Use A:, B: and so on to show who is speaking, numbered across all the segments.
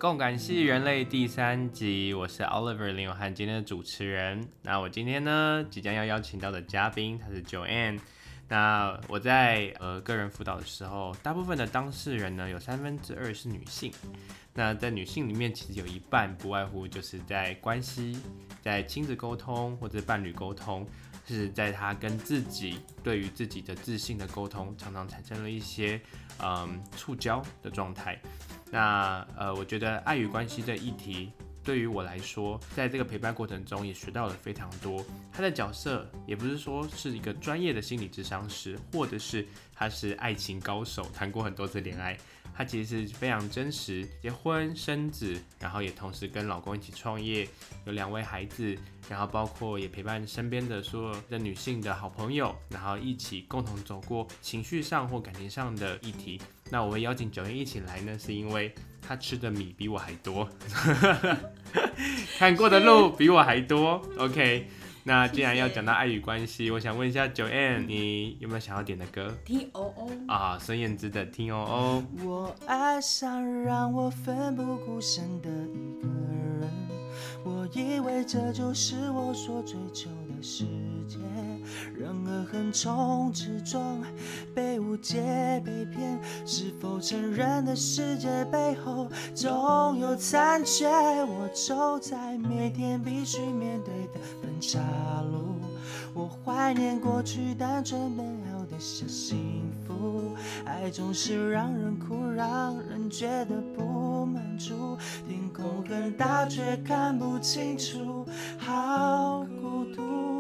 A: 共感系人类第3集，我是 Oliver 林永汉，今天的主持人。那我今天呢，即将要邀请到的嘉宾，她是 Joanne。那我在个人辅导的时候，大部分的当事人呢，有2/3是女性。那在女性里面，其实有一半不外乎就是在关系、在亲子沟通或者伴侣沟通，是在她跟自己对于自己的自信的沟通，常常产生了一些触礁的状态。那我觉得爱与关系的议题对于我来说，在这个陪伴过程中也学到了非常多。他的角色也不是说是一个专业的心理咨商师，或者是他是爱情高手，谈过很多次恋爱。他其实是非常真实，结婚生子，然后也同时跟老公一起创业，有2位孩子，然后包括也陪伴身边的所有的女性的好朋友，然后一起共同走过情绪上或感情上的议题。那我会邀请Joanne一起来呢，是因为他吃的米比我还多，看过的路比我还多。OK， 那既然要讲到爱与关系，我想问一下Joanne，你有没有想要点的歌？
B: 听哦哦
A: 啊，孙燕姿的《听哦哦》。
C: 我爱上让我奋不顾身的一个人，我以为这就是我所追求的世界，然而横冲直撞，被误解被骗，是否成人的世界背后总有残缺？我走在每天必须面对的分岔路，我怀念过去单纯美好的小幸福，爱总是让人哭，让人觉得不满足，天空很大却看不清楚，好孤独。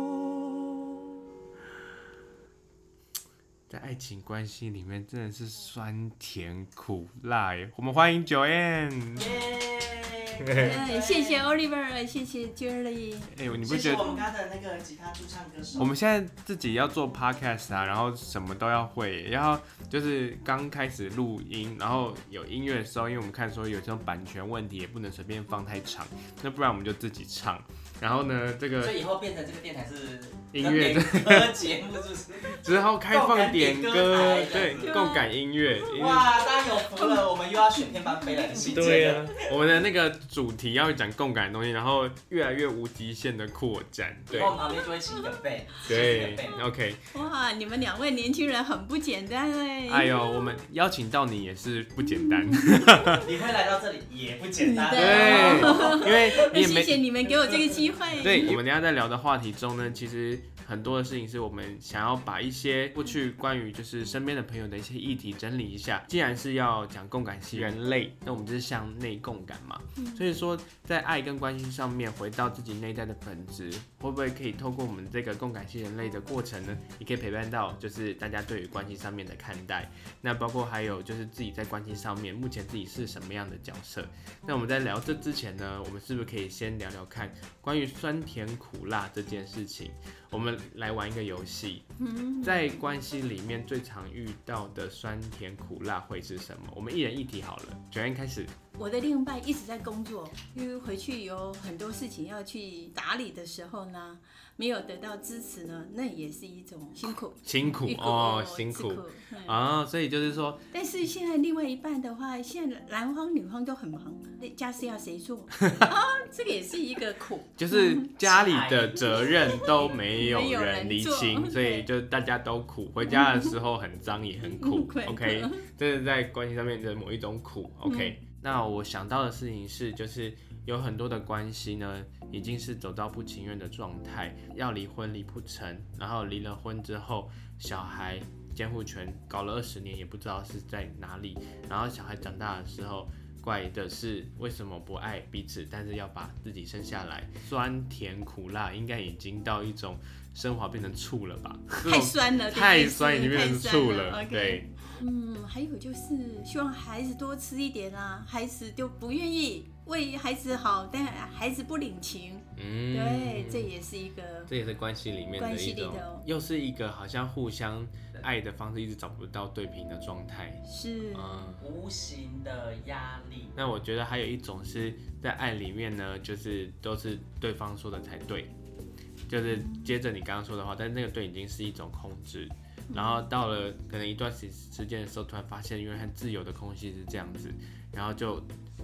A: 在爱情关系里面，真的是酸甜苦辣耶。我们欢迎 Joanne。
B: 谢谢 Oliver， 谢谢 Jerry。
A: 你不觉得
C: 谢谢我们家的那个吉他驻唱歌手？
A: 我们现在自己要做 podcast 啊，然后什么都要会，然后就是刚开始录音，然后有音乐的时候，因为我们看说有这种版权问题，也不能随便放太长，那不然我们就自己唱。然后呢，这个
D: 所以以后变成这个电台是
A: 音乐
D: 歌节目，是不是？
A: 之后开放点歌，对，共感音乐。
D: 哇，大家有福了，我们又要选天班飞来的细节。
A: 对啊，我们的那个主题要讲共感的东西，然后越来越无极限的扩展。对，
D: 以后旁边就会起一个背。
A: 对 ，OK。
B: 哇，你们2位年轻人很不简单哎。
A: 哎呦，我们邀请到你也是不简单。
D: 你会来到这里也不简单。
A: 对，因为你也没
B: 谢谢你们给我这个机会。
A: 对，我们等一下在聊的话题中呢，其实很多的事情是我们想要把一些过去关于就是身边的朋友的一些议题整理一下。既然是要讲共感系人类，那我们就是向内共感嘛。所以说，在爱跟关系上面，回到自己内在的本质，会不会可以透过我们这个共感系人类的过程呢，也可以陪伴到就是大家对于关系上面的看待。那包括还有就是自己在关系上面，目前自己是什么样的角色。那我们在聊这之前呢，我们是不是可以先聊聊看关于酸甜苦辣这件事情？我们来玩一个游戏，在关系里面最常遇到的酸甜苦辣会是什么？我们一人一题好了，Joanne开始。
B: 我的另一半一直在工作，因为回去有很多事情要去打理的时候呢，没有得到支持呢，那也是一种辛苦。
A: 辛苦哦，辛苦啊，所以就是说，
B: 但是现在另外一半的话，现在男方女方都很忙，家事要谁做啊？这个也是一个苦，
A: 就是家里的责任都没有人厘清，所以就大家都苦，回家的时候很脏也很苦。OK， 这是在关系上面的某一种苦。OK。那我想到的事情是，就是有很多的关系呢，已经是走到不情愿的状态，要离婚离不成，然后离了婚之后，小孩监护权搞了20年也不知道是在哪里，然后小孩长大的时候，怪的是为什么不爱彼此，但是要把自己生下来，酸甜苦辣应该已经到一种升华变成醋了吧？
B: 太酸了，
A: 太酸已经变成醋了，对。
B: 还有就是希望孩子多吃一点啊，孩子就不愿意为孩子好，但孩子不领情，对，这也是一个，
A: 这也是关系里面的一种，又是一个好像互相爱的方式一直找不到对平的状态，
B: 是，
D: 无形的压力。
A: 那我觉得还有一种是在爱里面呢，就是都是对方说的才对，就是接着你刚刚说的话，但是那个对已经是一种控制。然后到了可能一段时间的时候，突然发现原来自由的空隙是这样子，然后就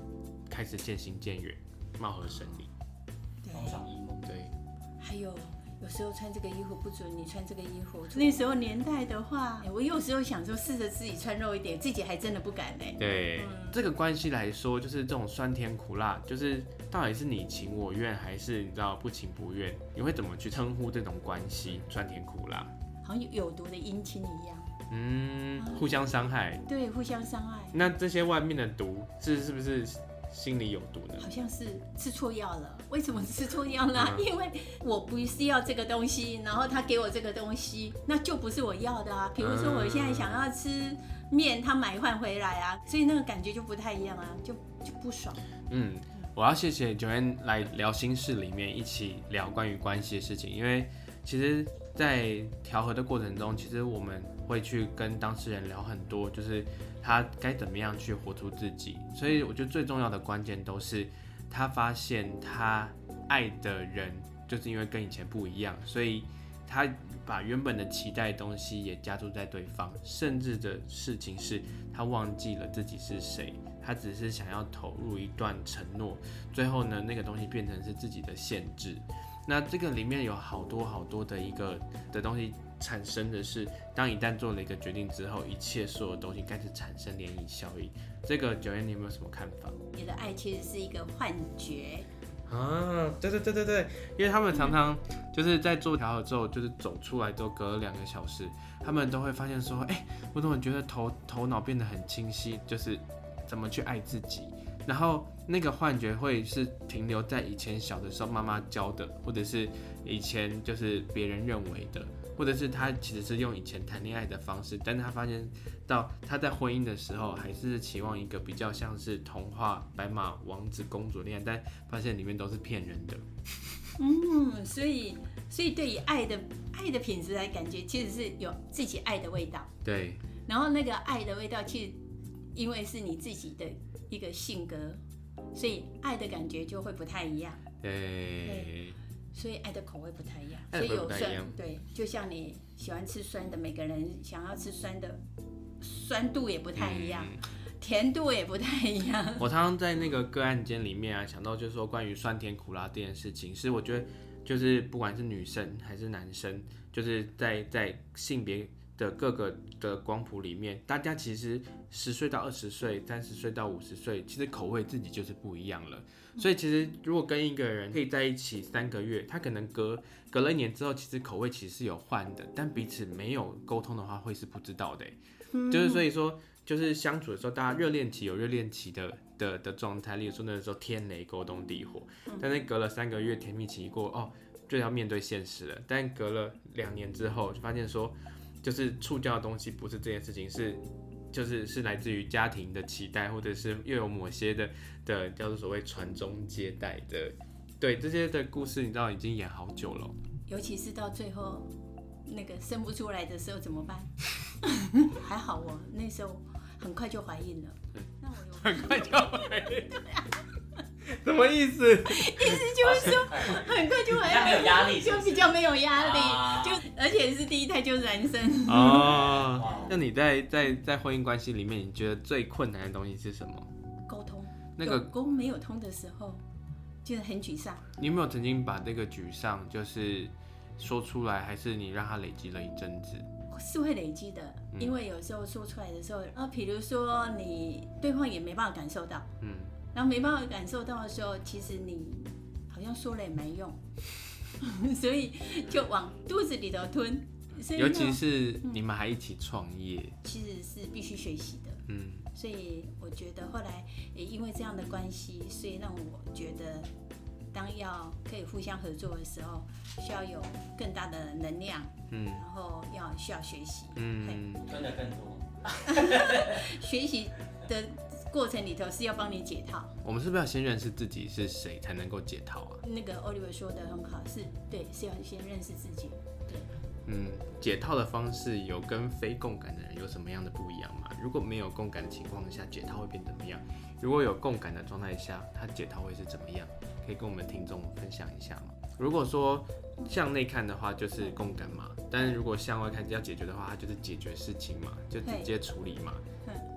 A: 开始渐行渐远，貌合神离。
D: 同床异梦。
A: 对，
B: 还有时候穿这个衣服不准你穿这个衣服。那时候年代的话，我有时候想说试着自己穿肉一点，自己还真的不敢呢。
A: 对，这个关系来说，就是这种酸甜苦辣，就是到底是你情我愿，还是你知道不情不愿？你会怎么去称呼这种关系？酸甜苦辣，
B: 好像有毒的姻亲一样。
A: 互相伤害。
B: 对，互相伤害。
A: 那这些外面的毒是不是心里有毒呢？
B: 好像是吃错药了。为什么吃错药呢？因为我不是要这个东西，然后他给我这个东西，那就不是我要的啊。比如说我现在想要吃面，他买换回来啊，所以那个感觉就不太一样啊，就不爽。
A: 我要谢谢Joanne来聊心事里面一起聊关于关系的事情，因为其实，在调和的过程中，其实我们会去跟当事人聊很多，就是他该怎么样去活出自己。所以我觉得最重要的关键都是他发现他爱的人就是因为跟以前不一样，所以他把原本的期待的东西也加注在对方，甚至的事情是他忘记了自己是谁，他只是想要投入一段承诺，最后呢，那个东西变成是自己的限制。那这个里面有好多的一个的东西产生的是，当一旦做了一个决定之后，一切所有东西开始产生涟漪效应。这个Joanne你有没有什么看法？
B: 你的爱其实是一个幻觉。
A: 对，因为他们常常就是在做调和之后，就是走出来之后隔了2个小时，他们都会发现说，我怎么觉得头脑变得很清晰，就是怎么去爱自己。然后那个幻觉会是停留在以前小的时候妈妈教的，或者是以前就是别人认为的，或者是他其实是用以前谈恋爱的方式，但是他发现到他在婚姻的时候还是期望一个比较像是童话白马王子公主恋爱，但发现里面都是骗人的。
B: 所以对于爱的品质来感觉，其实是有自己爱的味道。
A: 对。
B: 然后那个爱的味道，其实因为是你自己的一个性格，所以爱的感觉就会不太一样。对，所以爱的口味不太一样，所以有酸，对，就像你喜欢吃酸的，每个人想要吃酸的，酸度也不太一样，甜度也不太一样。
A: 我常常在那个个案间里面啊，想到就是说关于酸甜苦辣这件事情，是我觉得就是不管是女生还是男生，就是在性别的各个的光谱里面，大家其实10岁到20岁、30岁到50岁，其实口味自己就是不一样了。所以其实如果跟一个人可以在一起3个月，他可能隔了1年之后，其实口味其实是有换的，但彼此没有沟通的话，会是不知道的。就是所以说，就是相处的时候，大家热恋期有热恋期的状态，例如说那时候天雷勾动地火，但是隔了3个月甜蜜期过，就要面对现实了。但隔了2年之后，就发现说，就是触礁的东西不是这件事情，是来自于家庭的期待，或者是又有某些的叫做所谓传宗接代的，对这些的故事，你知道已经演好久了。
B: 尤其是到最后那个生不出来的时候怎么办？还好我那时候很快就怀孕了。那我有
A: 很快就怀孕？什么意思？
B: 意思就是说很快就怀孕，
D: 没有压力是不是，
B: 就比较没有压力，而且是第一胎就男生。
A: 那你在婚姻关系里面，你觉得最困难的东西是什么？
B: 沟通。
A: 那个
B: 沟没有通的时候，就是很沮丧。
A: 你有没有曾经把这个沮丧就是说出来，还是你让它累积了一阵子？
B: 是会累积的，因为有时候说出来的时候，比如说你对方也没办法感受到，然后没办法感受到的时候，其实你好像说了也没用，所以就往肚子里头吞。
A: 尤其是你们还一起创业，
B: 其实是必须学习的。所以我觉得后来也因为这样的关系，所以让我觉得，当要可以互相合作的时候，需要有更大的能量，然后需要学习，
D: 吞的更多。
B: 学习的过程里头是要帮你解套。
A: 我们是不是要先认识自己是谁，才能够解套啊？
B: 那个 Oliver 说的很好，是要先认识自己。对。
A: 解套的方式有跟非共感的人有什么样的不一样吗？如果没有共感的情况下，解套会变怎么样？如果有共感的状态下，他解套会是怎么样？可以跟我们听众分享一下吗？如果说向内看的话，就是共感嘛；但是如果向外看要解决的话，它就是解决事情嘛，就直接处理嘛。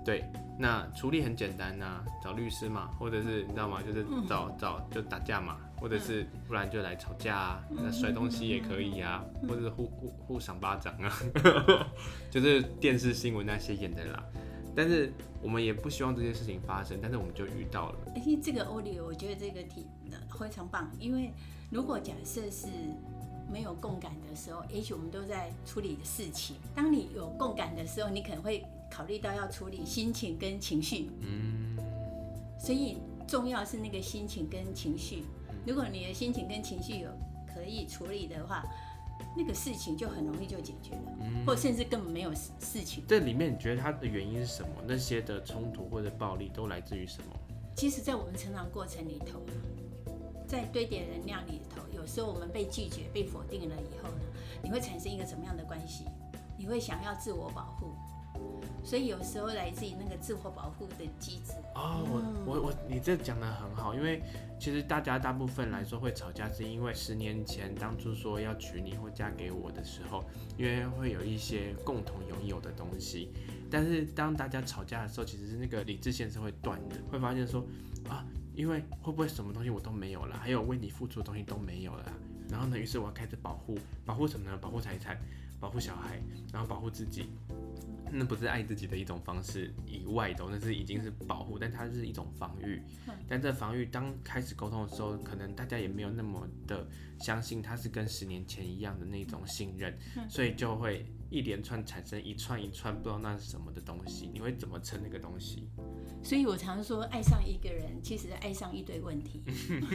A: 对，那处理很简单啊，找律师嘛，或者是你知道吗？就是找就打架嘛，或者是不然就来吵架啊，摔东西也可以啊，或者是互赏巴掌啊，就是电视新闻那些演的啦。但是我们也不希望这些事情发生，但是我们就遇到了。
B: 这个欧里，我觉得这个题非常棒，因为如果假设是没有共感的时候，也许我们都在处理事情。当你有共感的时候，你可能会考虑到要处理心情跟情绪。所以重要是那个心情跟情绪。如果你的心情跟情绪有可以处理的话，那个事情就很容易就解决了，或甚至根本没有事情。
A: 这里面你觉得它的原因是什么？那些的冲突或者暴力都来自于什么？
B: 其实，在我们成长过程里头，在堆叠能量里头，有时候我们被拒绝、被否定了以后呢，你会产生一个什么样的关系？你会想要自我保护，所以有时候来自于那个自我保护的机制。
A: 你这讲得很好，因为其实大部分来说会吵架，是因为10年前当初说要娶你或嫁给我的时候，因为会有一些共同拥有的东西。但是当大家吵架的时候，其实是那个理智线是会断的，会发现说因为会不会什么东西我都没有了，还有为你付出的东西都没有了，然后呢，于是我要开始保护什么呢？保护财产，保护小孩，然后保护自己。那不是爱自己的一种方式以外的，那是已经是保护，但它是一种防御。但这防御当开始沟通的时候，可能大家也没有那么的相信它是跟10年前一样的那种信任，所以就会一连串产生一串不知道那是什么的东西。你会怎么称那个东西？
B: 所以我常说，爱上一个人，其实爱上一堆问题。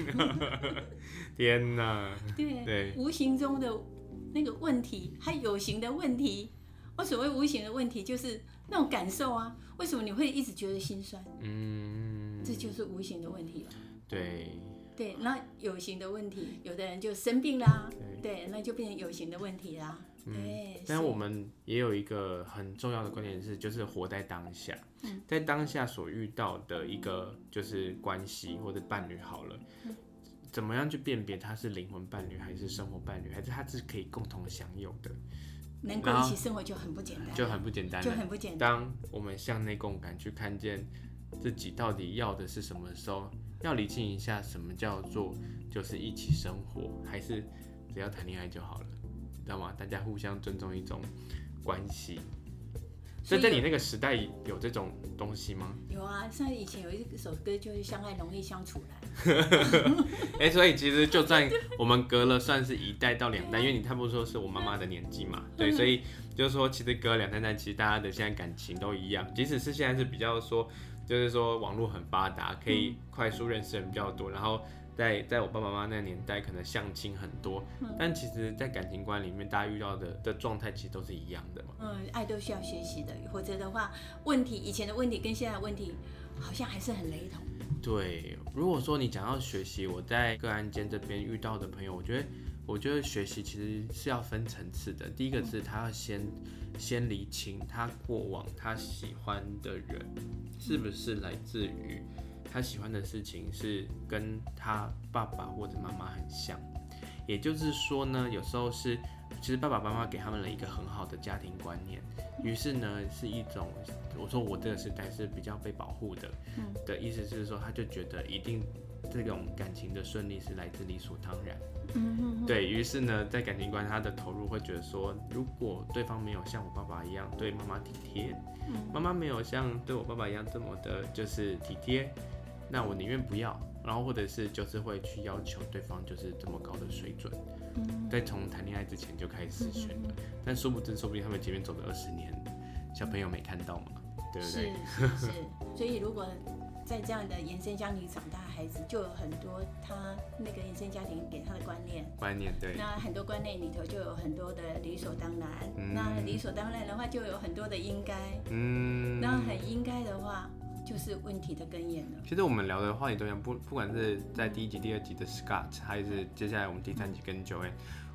A: 天哪！
B: 对，无形中的那个问题，还有形的问题。我所谓无形的问题，就是那种感受啊。为什么你会一直觉得心酸？这就是无形的问题了。对，那有形的问题，有的人就生病啦，对，那就变成有形的问题啦。对。
A: 但我们也有一个很重要的观点是，就是活在当下，在当下所遇到的一个就是关系或者伴侣好了。怎么样去辨别他是灵魂伴侣还是生活伴侣，还是他是可以共同享有的？
B: 能够一起生活就很不简单，
A: 就很不简单。当我们向内共感，去看见自己到底要的是什么的时候，要理清一下什么叫做就是一起生活，还是只要谈恋爱就好了，你知道吗？大家互相尊重一种关系。所以在你那个时代有这种东西吗？
B: 有啊，像以前有一首歌就是相爱容易相处难。
A: 所以其实就算我们隔了算是1代到2代，因为你差不多说是我妈妈的年纪嘛，对，所以就是说其实隔2、3代，其实大家的现在感情都一样，即使是现在是比较说，就是说网络很发达，可以快速认识人比较多，然后在我爸爸妈妈那个年代可能相亲很多，但其实在感情观里面大家遇到的状态其实都是一样的嘛。
B: 爱都需要学习的，否则的话以前的问题跟现在的问题好像还是很雷同。
A: 对，如果说你讲到学习，我在个案间这边遇到的朋友，我觉得学习其实是要分层次的。第一个是他要先理清他过往他喜欢的人是不是来自于他喜欢的事情是跟他爸爸或者妈妈很像，也就是说呢，有时候是其实爸爸妈妈给他们了一个很好的家庭观念，于是呢是一种我说我这个时代是比较被保护的意思是说，他就觉得一定这种感情的顺利是来自理所当然。对，于是呢，在感情观他的投入会觉得说，如果对方没有像我爸爸一样对妈妈体贴，妈妈没有像对我爸爸一样这么的就是体贴，那我宁愿不要，然后或者是就是会去要求对方就是这么高的水准，在从谈恋爱之前就开始选了，但殊不知说不定他们前面走了20年，小朋友没看到嘛，对不对？
B: 是，所以如果在这样的原生家庭长大的孩子，就有很多他那个原生家庭给他的观念，对。那很多观念里头就有很多的理所当然，那理所当然的话就有很多的应该，那很应该的话就是问题的根源了。
A: 其实我们聊的话题都一样，不管是在第1集、第2集的 Scott， 还是接下来我们第3集跟 Joanne，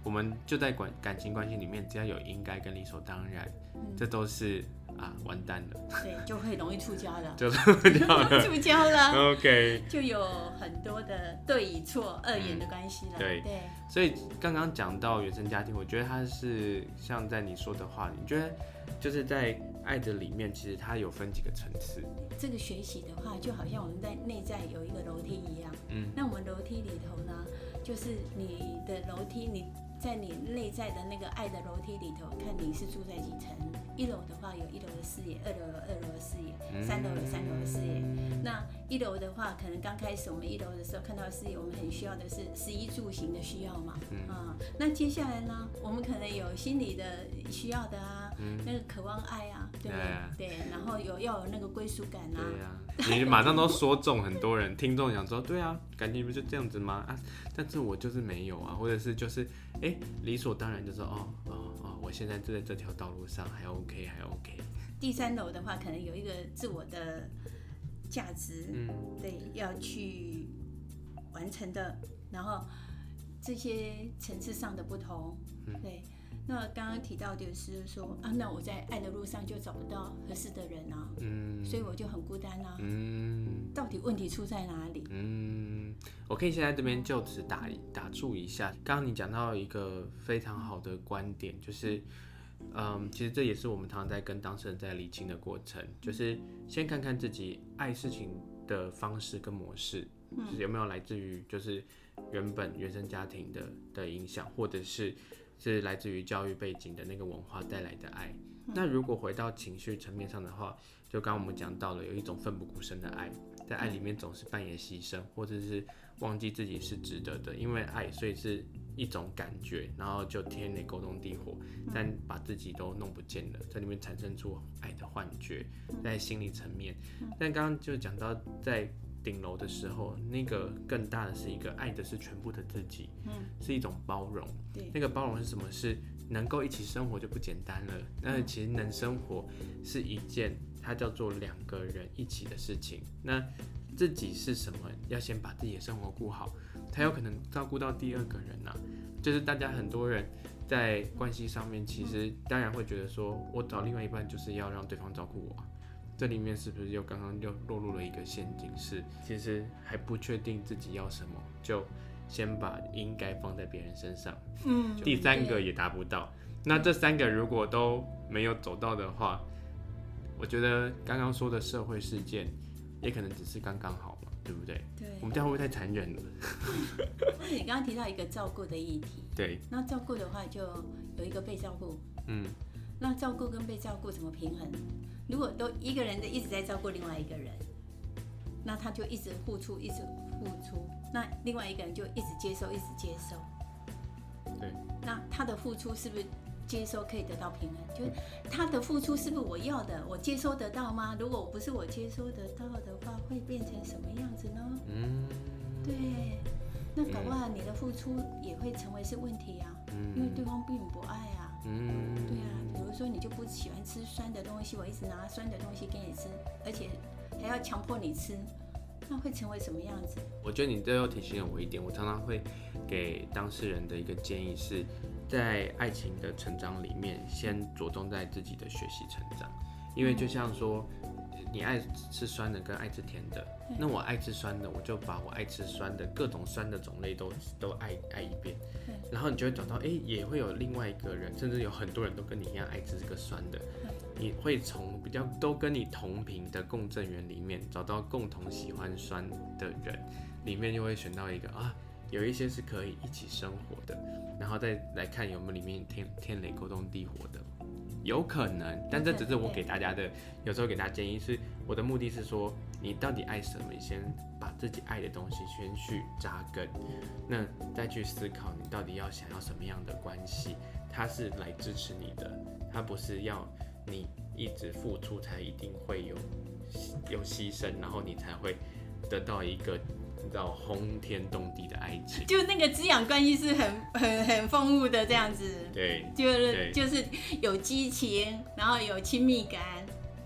A: 我们就在感情关系里面，只要有应该跟理所当然，这都是完蛋了。
B: 对，就会容易触礁了。
A: 就触
B: 礁了。
A: OK。
B: 就有很多的对与错、二元的关系了。
A: 对。所以刚刚讲到原生家庭，我觉得它是像在你说的话，你觉得就是在爱的里面，其实它有分几个层次。
B: 这个学习的话，就好像我们在内在有一个楼梯一样。那我们楼梯里头呢，就是你的楼梯，你在你内在的那个爱的楼梯里头，看你是住在几层。1楼的话有1楼的视野，2楼有2楼的视野，3楼有3楼的视野。那1楼的话，可能刚开始我们1楼的时候看到的视野，我们很需要的是食衣住行的需要嘛。那接下来呢，我们可能有心理的需要的那个渴望爱对不对？对，然后要有那个归属感
A: 对你马上都说中很多人听众想说，对啊，感情不就这样子吗？但是我就是没有或者是就是理所当然就说我现在在这条道路上还 OK。
B: 第3楼的话，可能有一个自我的价值，对，要去完成的，然后这些层次上的不同，对。那刚刚提到就是说那我在爱的路上就找不到合适的人所以我就很孤单到底问题出在哪里？
A: 我可以先在这边就此打住一下。刚刚你讲到一个非常好的观点，就是其实这也是我们常常在跟当事人在理清的过程，就是先看看自己爱事情的方式跟模式，就是有没有来自于就是原生家庭的影响，或者是来自于教育背景的那个文化带来的爱。那如果回到情绪层面上的话，就刚刚我们讲到了有一种奋不顾身的爱，在爱里面总是扮演牺牲，或者是忘记自己是值得的，因为爱所以是一种感觉，然后就天雷勾动地火，但把自己都弄不见了，在里面产生出爱的幻觉，在心理层面。但刚刚就讲到在顶楼的时候，那个更大的是一个爱的是全部的自己，是一种包容。那个包容是什么？是能够一起生活就不简单了。那其实能生活是一件它叫做2个人一起的事情。那自己是什么？要先把自己的生活顾好，才有可能照顾到第2个人就是大家很多人在关系上面，其实当然会觉得说，我找另外一半就是要让对方照顾我这里面是不是刚刚又落入了一个陷阱？是其实还不确定自己要什么，就先把应该放在别人身上，第3个也达不到。那这3个如果都没有走到的话，我觉得刚刚说的社会事件也可能只是刚刚好嘛，对不对？对。我们这样会不会太残忍了？
B: 你刚刚提到一个照顾的议题，
A: 对。
B: 那照顾的话，就有一个被照顾，那照顾跟被照顾怎么平衡？如果都一个人一直在照顾另外一个人，那他就一直付出，那另外一个人就一直接受，对。那他的付出是不是接收可以得到平衡？就是他的付出是不是我要的，我接收得到吗？如果不是我接收得到的话，会变成什么样子呢？对。那搞不好你的付出也会成为是问题因为对方并不爱对比如说你就不喜欢吃酸的东西，我一直拿酸的东西给你吃，而且还要强迫你吃，那会成为什么样子？
A: 我觉得你这又提醒了我一点，我常常会给当事人的一个建议是，在爱情的成长里面，先着重在自己的学习成长，因为就像说，你爱吃酸的跟爱吃甜的，那我爱吃酸的，我就把我爱吃酸的各种酸的种类都爱一遍，然后你就会找到，也会有另外一个人，甚至有很多人都跟你一样爱吃这个酸的，你会从比较都跟你同频的共振源里面找到共同喜欢酸的人，里面就会选到一个有一些是可以一起生活的，然后再来看有没有里面天雷勾动地火的。有可能，但这只是我给大家的，有时候给大家建议是，我的目的是说，你到底爱什么？你先把自己爱的东西先去扎根，那再去思考你到底想要什么样的关系，它是来支持你的，它不是要你一直付出才一定会有牺牲，然后你才会得到一个你知道轰天动地的爱情，
B: 就那个滋养关系是很丰富的这样子，
A: 对，
B: 就是有激情，然后有亲密感，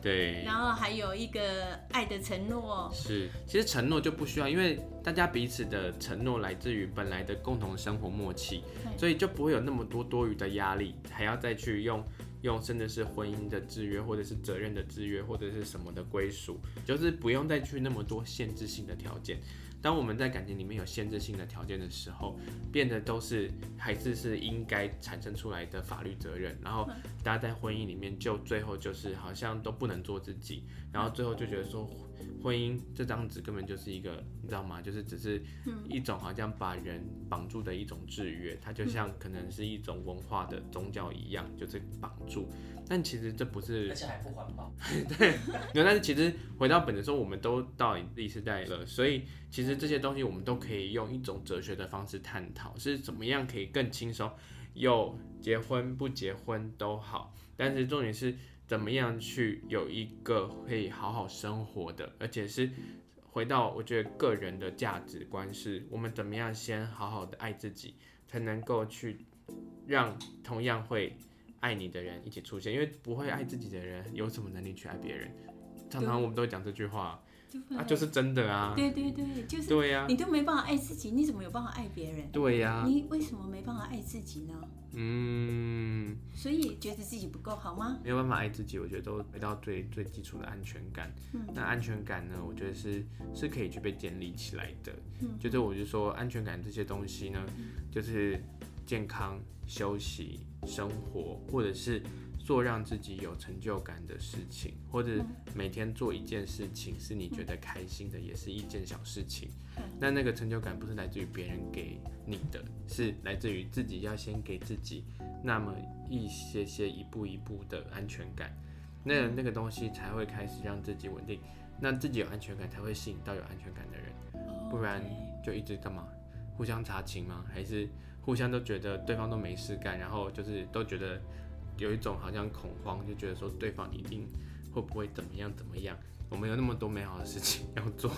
A: 对，
B: 然后还有一个爱的承诺。
A: 是，其实承诺就不需要，因为大家彼此的承诺来自于本来的共同生活默契，所以就不会有那么多余的压力，还要再去用甚至是婚姻的制约，或者是责任的制约，或者是什么的归属，就是不用再去那么多限制性的条件。当我们在感情里面有限制性的条件的时候，变得都是还是应该产生出来的法律责任，然后大家在婚姻里面就最后就是好像都不能做自己，然后最后就觉得说婚姻这张纸根本就是一个，你知道吗？就是只是一种好像把人绑住的一种制约，它就像可能是一种文化的宗教一样，就是绑住。但其实这不是，
D: 而且还不环保。
A: 对，但是其实回到本质说，我们都到历世代了，所以其实这些东西我们都可以用一种哲学的方式探讨，是怎么样可以更轻松，有结婚不结婚都好，但是重点是怎么样去有一个可以好好生活的，而且是回到我觉得个人的价值观，是我们怎么样先好好的爱自己，才能够去让同样会爱你的人一起出现，因为不会爱自己的人有什么能力去爱别人？常常我们都会讲这句话，就是真的啊。
B: 对对对，就是对呀，你都没办法爱自己，你怎么有办法爱别人？
A: 对呀，
B: 你为什么没办法爱自己呢？所以觉得自己不够好吗？
A: 没有办法爱自己，我觉得都回到最基础的安全感。那安全感呢，我觉得是可以去被建立起来的。就是我就说安全感这些东西呢，就是健康、休息、生活，或者是做让自己有成就感的事情，或者每天做一件事情是你觉得开心的，也是一件小事情。那个成就感不是来自于别人给你的，是来自于自己要先给自己那么一步一步的安全感。那个东西才会开始让自己稳定，那自己有安全感才会吸引到有安全感的人，不然就一直干嘛？互相查情吗？还是互相都觉得对方都没事干，然后就是都觉得有一种好像恐慌，就觉得说对方一定会不会怎么样？我们有那么多美好的事情要做。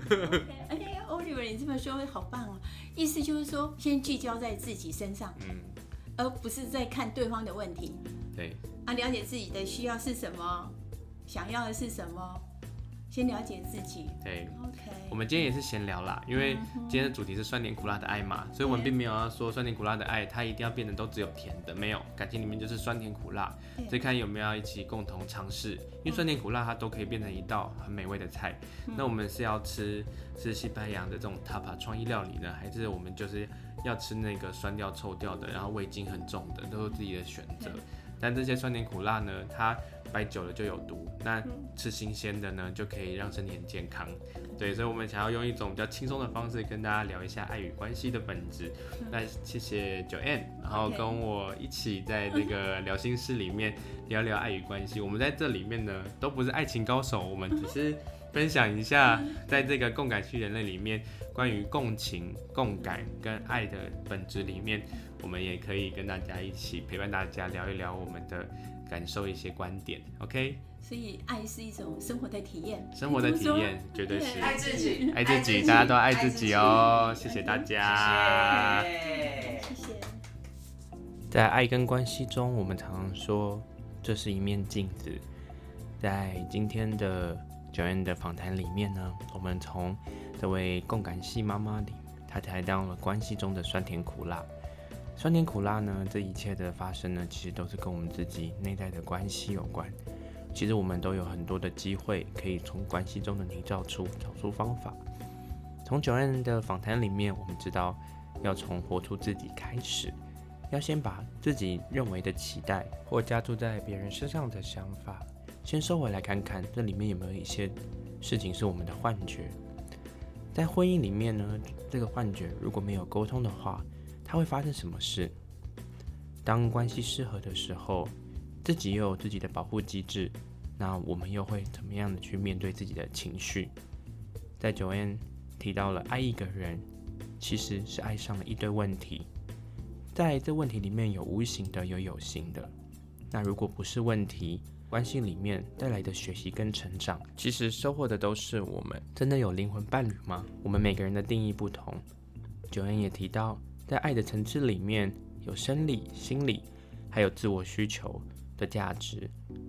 B: Oliver， 你这么说好棒哦！意思就是说，先聚焦在自己身上，而不是在看对方的问题。
A: 对。
B: 了解自己的需要是什么，想要的是什么。先了解自己。
A: 对 ，OK。我们今天也是闲聊啦，因为今天的主题是酸甜苦辣的爱嘛，所以我们并没有要说酸甜苦辣的爱，它一定要变得都只有甜的，没有，感情里面就是酸甜苦辣，所以看有没有要一起共同尝试，因为酸甜苦辣它都可以变成一道很美味的菜。那我们是要吃西班牙的这种 tapa 创意料理呢，还是我们就是要吃那个酸掉臭掉的，然后味精很重的，都是自己的选择。但这些酸甜苦辣呢，它摆久了就有毒，那吃新鲜的呢，就可以让身体很健康。对，所以我们想要用一种比较轻松的方式跟大家聊一下爱与关系的本质。那谢谢 Joanne， 然后跟我一起在这个聊心室里面聊聊爱与关系。我们在这里面呢，都不是爱情高手，我们只是分享一下，在这个共感系人类里面，关于共情、共感跟爱的本质里面，我们也可以跟大家一起陪伴大家聊一聊我们的感受一些观点 ，OK？
B: 所以爱是一种生活的体验，
A: 生活的体验绝对是
D: 爱自己，
A: 爱自己，大家都爱自己哦。谢谢大家，
B: 谢谢。
A: 在爱跟关系中，我们常常说这是一面镜子。在今天的Joanne的访谈里面呢，我们从这位共感系妈妈里，她谈到了关系中的酸甜苦辣。酸甜苦辣呢，这一切的发生呢，其实都是跟我们自己内在的关系有关。其实我们都有很多的机会，可以从关系中的泥沼处找出方法。从Joanne的访谈里面，我们知道要从活出自己开始，要先把自己认为的期待或加注在别人身上的想法，先收回来看看，这里面有没有一些事情是我们的幻觉。在婚姻里面呢，这个幻觉如果没有沟通的话，它会发生什么事？当关系失和的时候，自己又有自己的保护机制，那我们又会怎么样的去面对自己的情绪？在Joanne提到了爱一个人，其实是爱上了一堆问题，在这问题里面有无形的，有形的。那如果不是问题，关系里面带来的学习跟成长，其实收获的都是我们。真的有灵魂伴侣吗？我们每个人的定义不同。Joanne也提到，在爱的层次里面有生理、心理，还有自我需求的价值。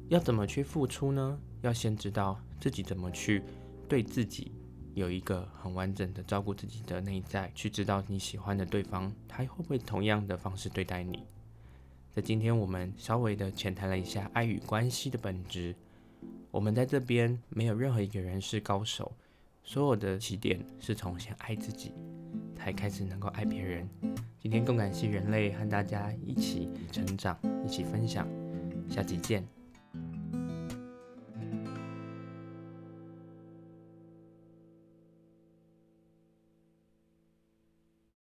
E: 要怎么去付出呢？要先知道自己怎么去对自己有一个很完整的照顾自己的内在，去知道你喜欢的对方他会不会同样的方式对待你。在今天我们稍微的浅谈了一下爱与关系的本质。我们在这边没有任何一个人是高手，所有的起点是从先爱自己才开始能够爱别人。今天共感系人类和大家一起成长，一起分享，下集见。